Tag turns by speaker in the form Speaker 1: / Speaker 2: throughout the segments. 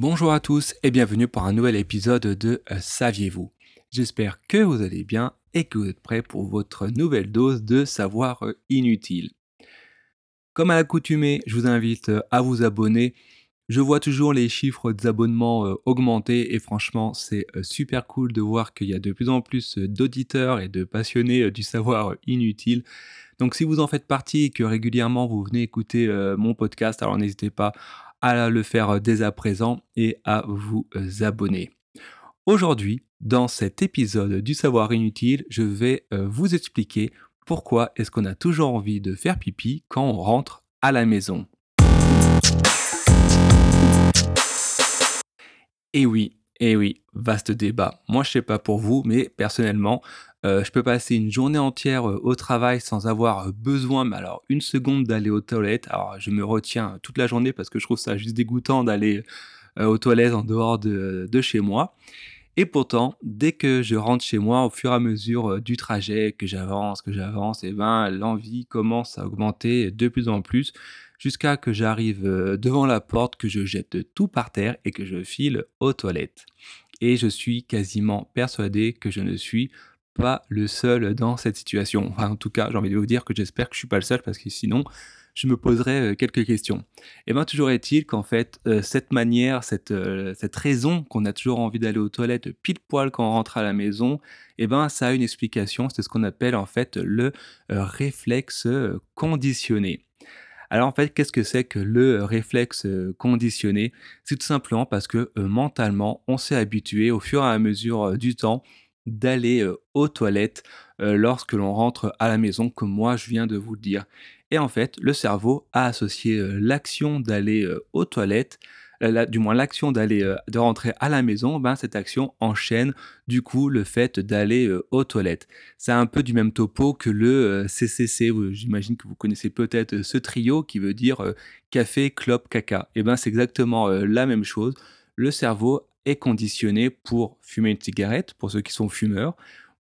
Speaker 1: Bonjour à tous et bienvenue pour un nouvel épisode de Saviez-vous? J'espère que vous allez bien et que vous êtes prêts pour votre nouvelle dose de savoir inutile. Comme à l'accoutumée, je vous invite à vous abonner. Je vois toujours les chiffres des abonnements augmenter et franchement, c'est super cool de voir qu'il y a de plus en plus d'auditeurs et de passionnés du savoir inutile. Donc si vous en faites partie et que régulièrement vous venez écouter mon podcast, alors n'hésitez pas à le faire dès à présent et à vous abonner. Aujourd'hui, dans cet épisode du savoir inutile, je vais vous expliquer pourquoi est-ce qu'on a toujours envie de faire pipi quand on rentre à la maison. Et oui, vaste débat. Moi, je sais pas pour vous, mais personnellement, je peux passer une journée entière, au travail sans avoir, besoin, mais alors une seconde d'aller aux toilettes. Alors je me retiens toute la journée parce que je trouve ça juste dégoûtant d'aller, aux toilettes en dehors de chez moi. Et pourtant, dès que je rentre chez moi, au fur et à mesure, du trajet, que j'avance et ben, l'envie commence à augmenter de plus en plus jusqu'à que j'arrive, devant la porte, que je jette tout par terre et que je file aux toilettes. Et je suis quasiment persuadé que je ne suis pas le seul dans cette situation. Enfin, en tout cas, j'ai envie de vous dire que j'espère que je suis pas le seul parce que sinon, je me poserais, quelques questions. Et ben, toujours est-il qu'en fait, cette manière, cette raison qu'on a toujours envie d'aller aux toilettes pile poil quand on rentre à la maison, et ben, ça a une explication. C'est ce qu'on appelle en fait le, réflexe, conditionné. Alors en fait, qu'est-ce que c'est que le réflexe, conditionné? C'est tout simplement parce que, mentalement, on s'est habitué au fur et à mesure, du temps d'aller, aux toilettes, lorsque l'on rentre à la maison comme moi je viens de vous le dire. Et en fait, le cerveau a associé, l'action d'aller, aux toilettes, du moins l'action de rentrer à la maison, ben, cette action enchaîne du coup le fait d'aller, aux toilettes. C'est un peu du même topo que le, CCC, j'imagine que vous connaissez peut-être, ce trio qui veut dire, café, clope, caca. Et ben, c'est exactement, la même chose. Le cerveau est conditionné pour fumer une cigarette, pour ceux qui sont fumeurs,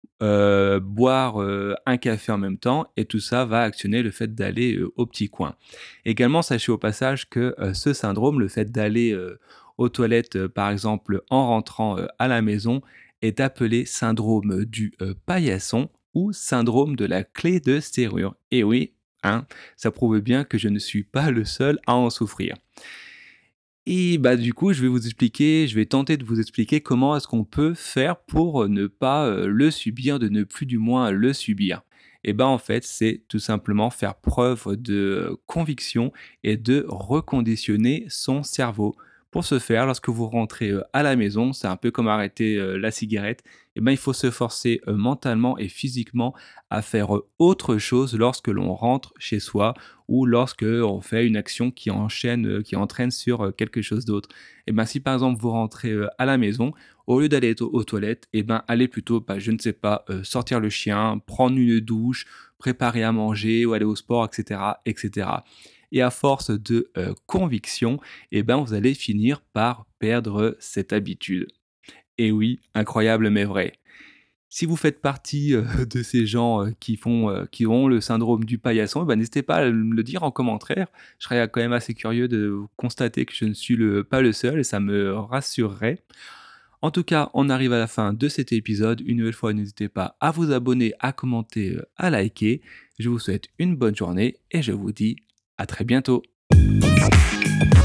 Speaker 1: boire, un café en même temps et tout ça va actionner le fait d'aller, au petit coin. Également, sachez au passage que, ce syndrome, le fait d'aller, aux toilettes, par exemple en rentrant, à la maison, est appelé syndrome du, paillasson ou syndrome de la clé de serrure. Et oui, hein, ça prouve bien que je ne suis pas le seul à en souffrir. Et bah, du coup, je vais tenter de vous expliquer comment est-ce qu'on peut faire pour, ne pas, le subir, de ne plus du moins le subir. Et ben, en fait, c'est tout simplement faire preuve de, conviction et de reconditionner son cerveau. Pour ce faire, lorsque vous rentrez, à la maison, c'est un peu comme arrêter, la cigarette, et ben, il faut se forcer, mentalement et physiquement à faire, autre chose lorsque l'on rentre chez soi ou lorsque on fait une action qui enchaîne, qui entraîne sur, quelque chose d'autre. Et ben, si par exemple vous rentrez, à la maison, au lieu d'aller aux toilettes, et ben, allez plutôt, bah, je ne sais pas, sortir le chien, prendre une douche, préparer à manger ou aller au sport et cetera et cetera. Et à force de, conviction, et ben, vous allez finir par perdre cette habitude. Et oui, incroyable mais vrai. Si vous faites partie, de ces gens, qui ont le syndrome du paillasson, bah, n'hésitez pas à me le dire en commentaire. Je serais quand même assez curieux de constater que je ne suis pas le seul et ça me rassurerait. En tout cas, on arrive à la fin de cet épisode. Une nouvelle fois, n'hésitez pas à vous abonner, à commenter, à liker. Je vous souhaite une bonne journée et je vous dis à très bientôt.